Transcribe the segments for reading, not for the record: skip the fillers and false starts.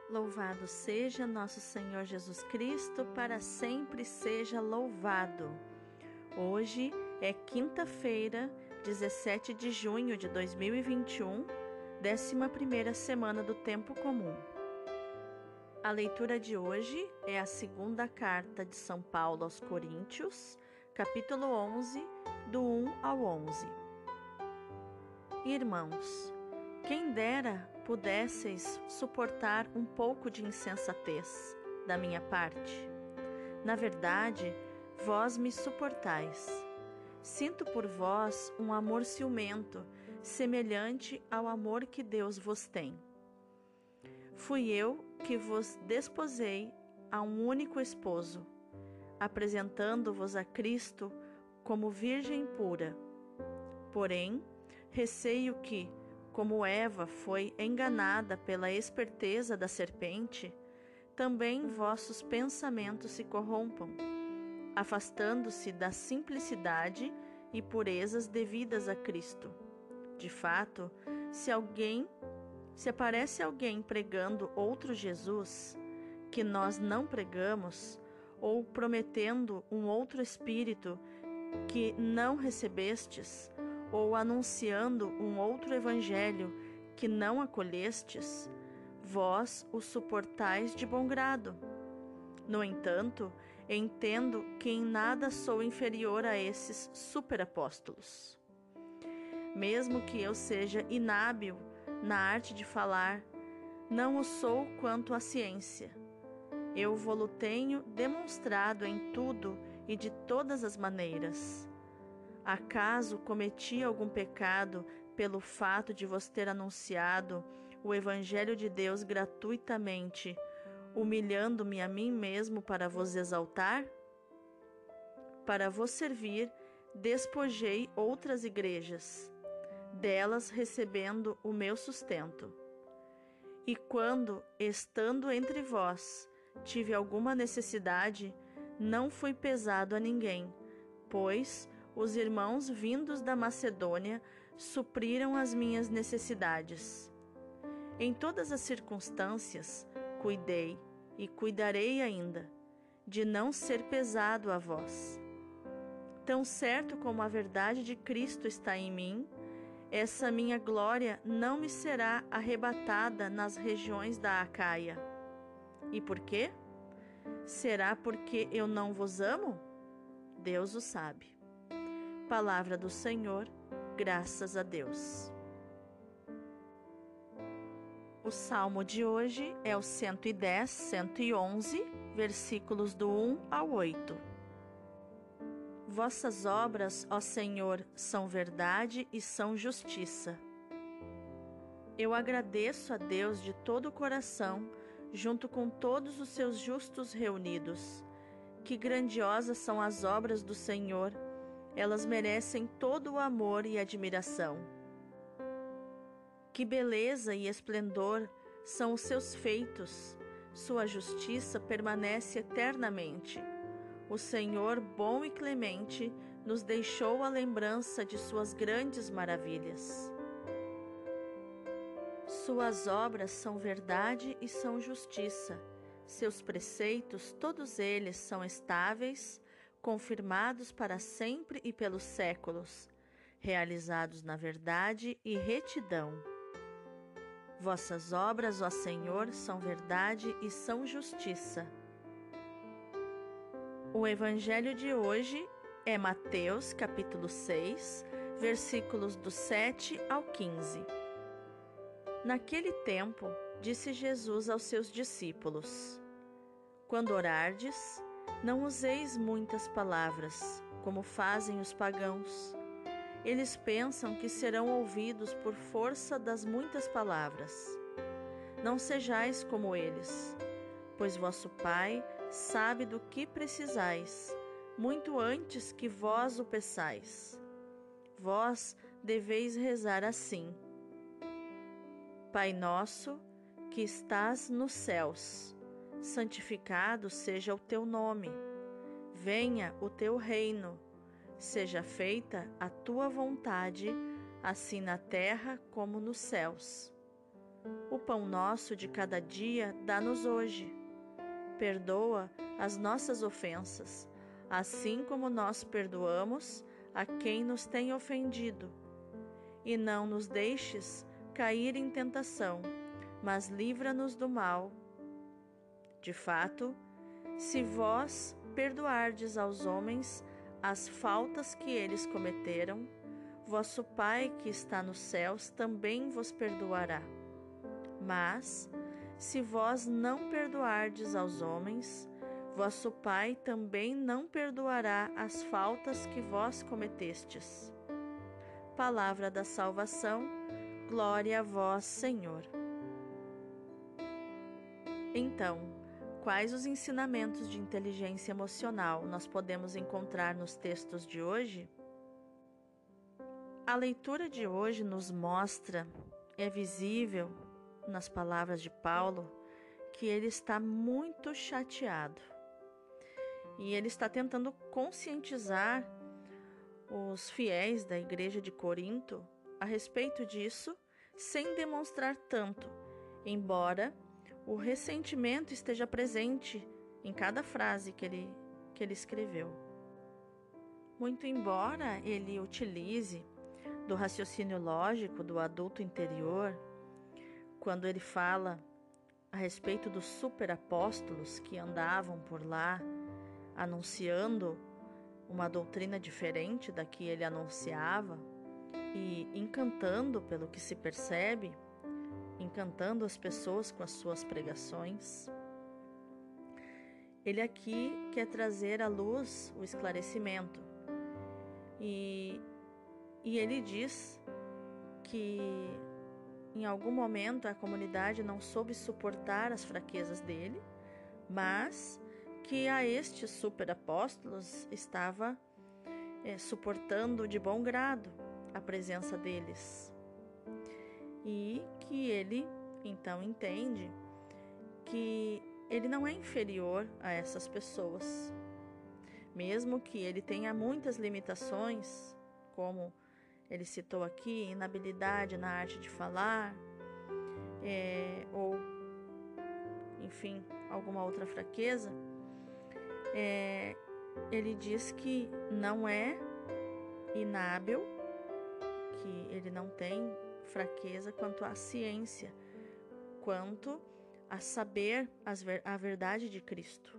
Louvado seja nosso Senhor Jesus Cristo, para sempre seja louvado. Hoje é quinta-feira, 17 de junho de 2021, 11ª semana do Tempo Comum. A leitura de hoje é a segunda carta de São Paulo aos Coríntios, capítulo 11, do 1 ao 11. Irmãos, quem dera pudesseis suportar um pouco de insensatez da minha parte. Na verdade, vós me suportais. Sinto por vós um amor ciumento, semelhante ao amor que Deus vos tem. Fui eu que vos desposei a um único esposo, apresentando-vos a Cristo como virgem pura. Porém, receio que, como Eva foi enganada pela esperteza da serpente, também vossos pensamentos se corrompam, afastando-se da simplicidade e purezas devidas a Cristo. De fato, se aparece alguém pregando outro Jesus, que nós não pregamos, ou prometendo um outro Espírito que não recebestes, ou anunciando um outro evangelho que não acolhestes, vós o suportais de bom grado. No entanto, entendo que em nada sou inferior a esses superapóstolos. Mesmo que eu seja inábil na arte de falar, não o sou quanto à ciência. Eu vô-lo tenho demonstrado em tudo e de todas as maneiras. Acaso cometi algum pecado pelo fato de vos ter anunciado o Evangelho de Deus gratuitamente, humilhando-me a mim mesmo para vos exaltar? Para vos servir, despojei outras igrejas, delas recebendo o meu sustento. E quando, estando entre vós, tive alguma necessidade, não fui pesado a ninguém, pois os irmãos vindos da Macedônia supriram as minhas necessidades. Em todas as circunstâncias, cuidei e cuidarei ainda, de não ser pesado a vós. Tão certo como a verdade de Cristo está em mim, essa minha glória não me será arrebatada nas regiões da Acaia. E por quê? Será porque eu não vos amo? Deus o sabe. Palavra do Senhor, graças a Deus. O salmo de hoje é o 110, 111, versículos do 1 ao 8. Vossas obras, ó Senhor, são verdade e são justiça. Eu agradeço a Deus de todo o coração, junto com todos os seus justos reunidos. Que grandiosas são as obras do Senhor! Elas merecem todo o amor e admiração. Que beleza e esplendor são os seus feitos! Sua justiça permanece eternamente. O Senhor, bom e clemente, nos deixou a lembrança de suas grandes maravilhas. Suas obras são verdade e são justiça. Seus preceitos, todos eles, são estáveis, confirmados para sempre e pelos séculos, realizados na verdade e retidão. Vossas obras, ó Senhor, são verdade e são justiça. O evangelho de hoje é Mateus, capítulo 6, versículos do 7 ao 15. Naquele tempo, disse Jesus aos seus discípulos: Quando orardes, não useis muitas palavras, como fazem os pagãos. Eles pensam que serão ouvidos por força das muitas palavras. Não sejais como eles, pois vosso Pai sabe do que precisais, muito antes que vós o peçais. Vós deveis rezar assim: Pai nosso, que estás nos céus, santificado seja o teu nome. Venha o teu reino. Seja feita a tua vontade, assim na terra como nos céus. O pão nosso de cada dia dá-nos hoje. Perdoa as nossas ofensas, assim como nós perdoamos a quem nos tem ofendido. E não nos deixes cair em tentação, mas livra-nos do mal. De fato, se vós perdoardes aos homens as faltas que eles cometeram, vosso Pai que está nos céus também vos perdoará. Mas, se vós não perdoardes aos homens, vosso Pai também não perdoará as faltas que vós cometestes. Palavra da salvação, glória a vós, Senhor. Então, quais os ensinamentos de inteligência emocional nós podemos encontrar nos textos de hoje? A leitura de hoje nos mostra, é visível nas palavras de Paulo, que ele está muito chateado. E ele está tentando conscientizar os fiéis da igreja de Corinto a respeito disso, sem demonstrar tanto, embora o ressentimento esteja presente em cada frase que ele escreveu. Muito embora ele utilize do raciocínio lógico do adulto interior, quando ele fala a respeito dos superapóstolos que andavam por lá anunciando uma doutrina diferente da que ele anunciava e encantando, pelo que se percebe, encantando as pessoas com as suas pregações. Ele aqui quer trazer à luz o esclarecimento e ele diz que em algum momento a comunidade não soube suportar as fraquezas dele, mas que a estes superapóstolos estava suportando de bom grado a presença deles. E que ele, então, entende que ele não é inferior a essas pessoas. Mesmo que ele tenha muitas limitações, como ele citou aqui, inabilidade na arte de falar, ou, enfim, alguma outra fraqueza, ele diz que não é inábil, que ele não tem fraqueza quanto à ciência, quanto a saber a verdade de Cristo.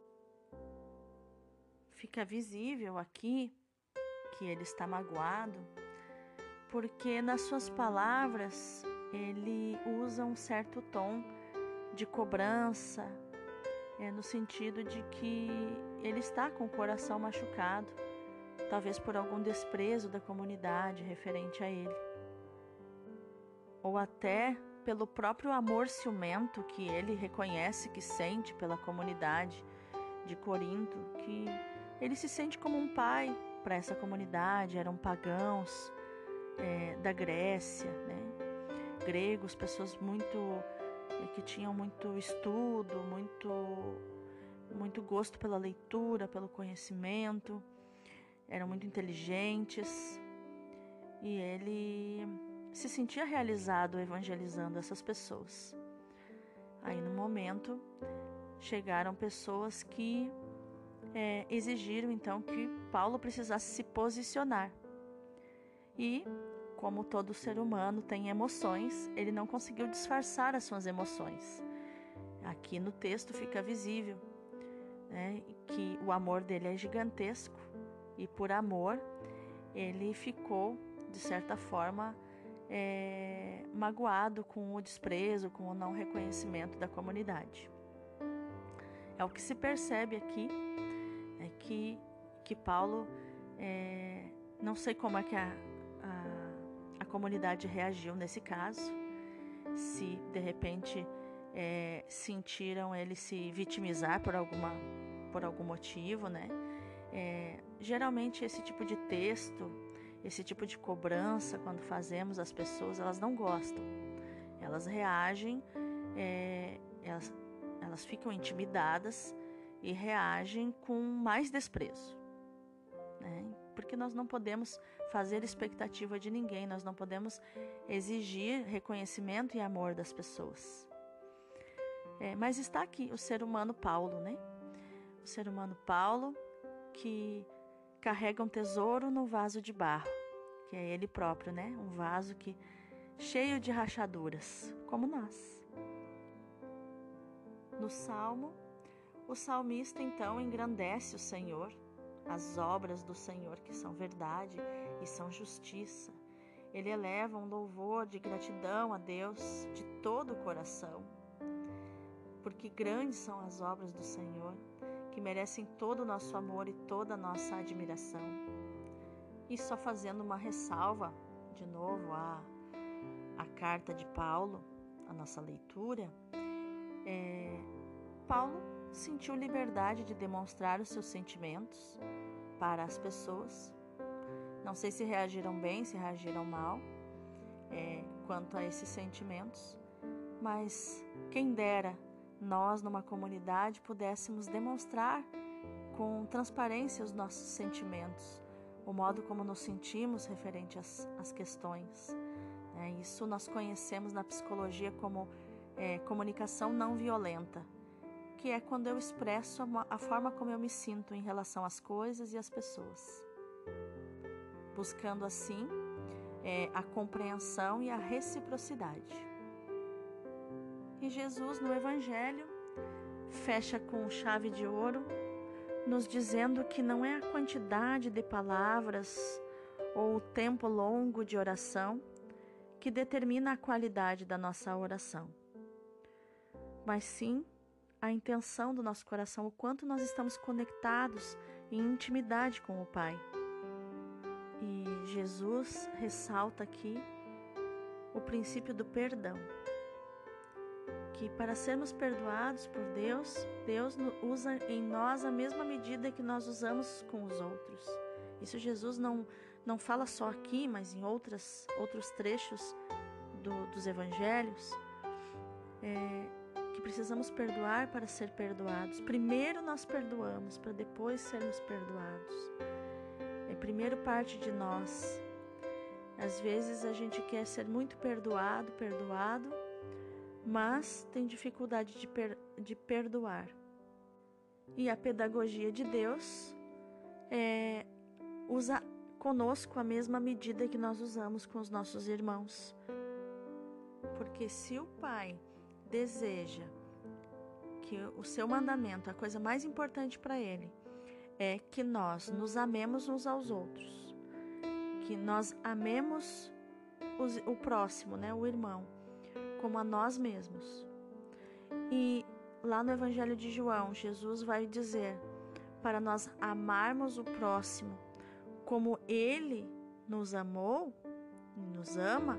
Fica visível aqui que ele está magoado, porque nas suas palavras ele usa um certo tom de cobrança, no sentido de que ele está com o coração machucado, talvez por algum desprezo da comunidade referente a ele, ou até pelo próprio amor ciumento que ele reconhece que sente pela comunidade de Corinto, que ele se sente como um pai para essa comunidade. Eram pagãos da Grécia, né? Gregos, pessoas que tinham muito estudo, muito gosto pela leitura, pelo conhecimento, eram muito inteligentes, e ele se sentia realizado evangelizando essas pessoas. Aí no momento chegaram pessoas que exigiram então que Paulo precisasse se posicionar. E, como todo ser humano tem emoções, ele não conseguiu disfarçar as suas emoções. Aqui no texto fica visível, né, que o amor dele é gigantesco, e por amor ele ficou, de certa forma, magoado com o desprezo, com o não reconhecimento da comunidade. É o que se percebe aqui, que Paulo, não sei como é que a comunidade reagiu nesse caso, se de repente sentiram ele se vitimizar por algum motivo, né? Geralmente esse tipo de texto, esse tipo de cobrança, quando fazemos, as pessoas elas não gostam, elas reagem, elas ficam intimidadas e reagem com mais desprezo, né? Porque nós não podemos fazer expectativa de ninguém, nós não podemos exigir reconhecimento e amor das pessoas. Mas está aqui o ser humano Paulo, né? O ser humano Paulo que carrega um tesouro no vaso de barro, que é ele próprio, né? Um vaso cheio de rachaduras, como nós. No Salmo, o salmista então engrandece o Senhor, as obras do Senhor que são verdade e são justiça. Ele eleva um louvor de gratidão a Deus de todo o coração, porque grandes são as obras do Senhor, que merecem todo o nosso amor e toda a nossa admiração. E só fazendo uma ressalva, de novo, a carta de Paulo, a nossa leitura, Paulo sentiu liberdade de demonstrar os seus sentimentos para as pessoas. Não sei se reagiram bem, se reagiram mal quanto a esses sentimentos, mas quem dera nós, numa comunidade, pudéssemos demonstrar com transparência os nossos sentimentos, o modo como nos sentimos referente às questões. Isso nós conhecemos na psicologia como comunicação não violenta, que é quando eu expresso a forma como eu me sinto em relação às coisas e às pessoas, buscando assim a compreensão e a reciprocidade. E Jesus, no Evangelho, fecha com chave de ouro, nos dizendo que não é a quantidade de palavras ou o tempo longo de oração que determina a qualidade da nossa oração, mas sim a intenção do nosso coração, o quanto nós estamos conectados em intimidade com o Pai. E Jesus ressalta aqui o princípio do perdão, que para sermos perdoados por Deus, Deus usa em nós a mesma medida que nós usamos com os outros. Isso Jesus não fala só aqui, mas em outros trechos dos evangelhos, que precisamos perdoar para ser perdoados. Primeiro nós perdoamos, para depois sermos perdoados. Primeiro parte de nós. Às vezes a gente quer ser muito perdoado, mas tem dificuldade de perdoar. E a pedagogia de Deus usa conosco a mesma medida que nós usamos com os nossos irmãos. Porque se o Pai deseja que o seu mandamento, a coisa mais importante para Ele, é que nós nos amemos uns aos outros, que nós amemos o próximo, né, o irmão, como a nós mesmos. E lá no Evangelho de João, Jesus vai dizer para nós amarmos o próximo como Ele nos amou, nos ama.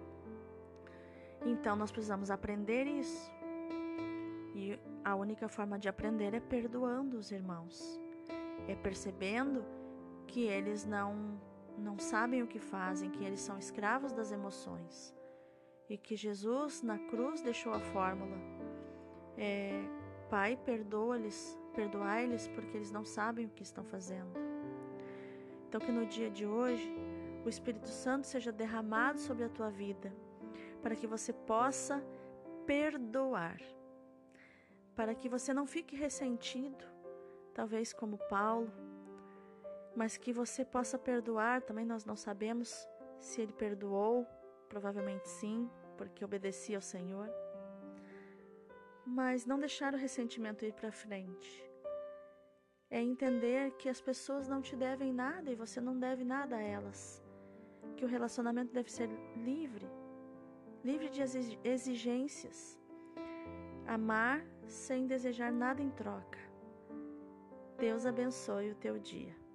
Então nós precisamos aprender isso. E a única forma de aprender é perdoando os irmãos. É percebendo que eles não sabem o que fazem, que eles são escravos das emoções. E que Jesus na cruz deixou a fórmula. Pai, perdoai-lhes porque eles não sabem o que estão fazendo. Então que no dia de hoje o Espírito Santo seja derramado sobre a tua vida, para que você possa perdoar, para que você não fique ressentido, talvez como Paulo, mas que você possa perdoar. Também nós não sabemos se ele perdoou, provavelmente sim, porque obedecia ao Senhor, mas não deixar o ressentimento ir para frente. É entender que as pessoas não te devem nada e você não deve nada a elas, que o relacionamento deve ser livre de exigências, amar sem desejar nada em troca. Deus abençoe o teu dia.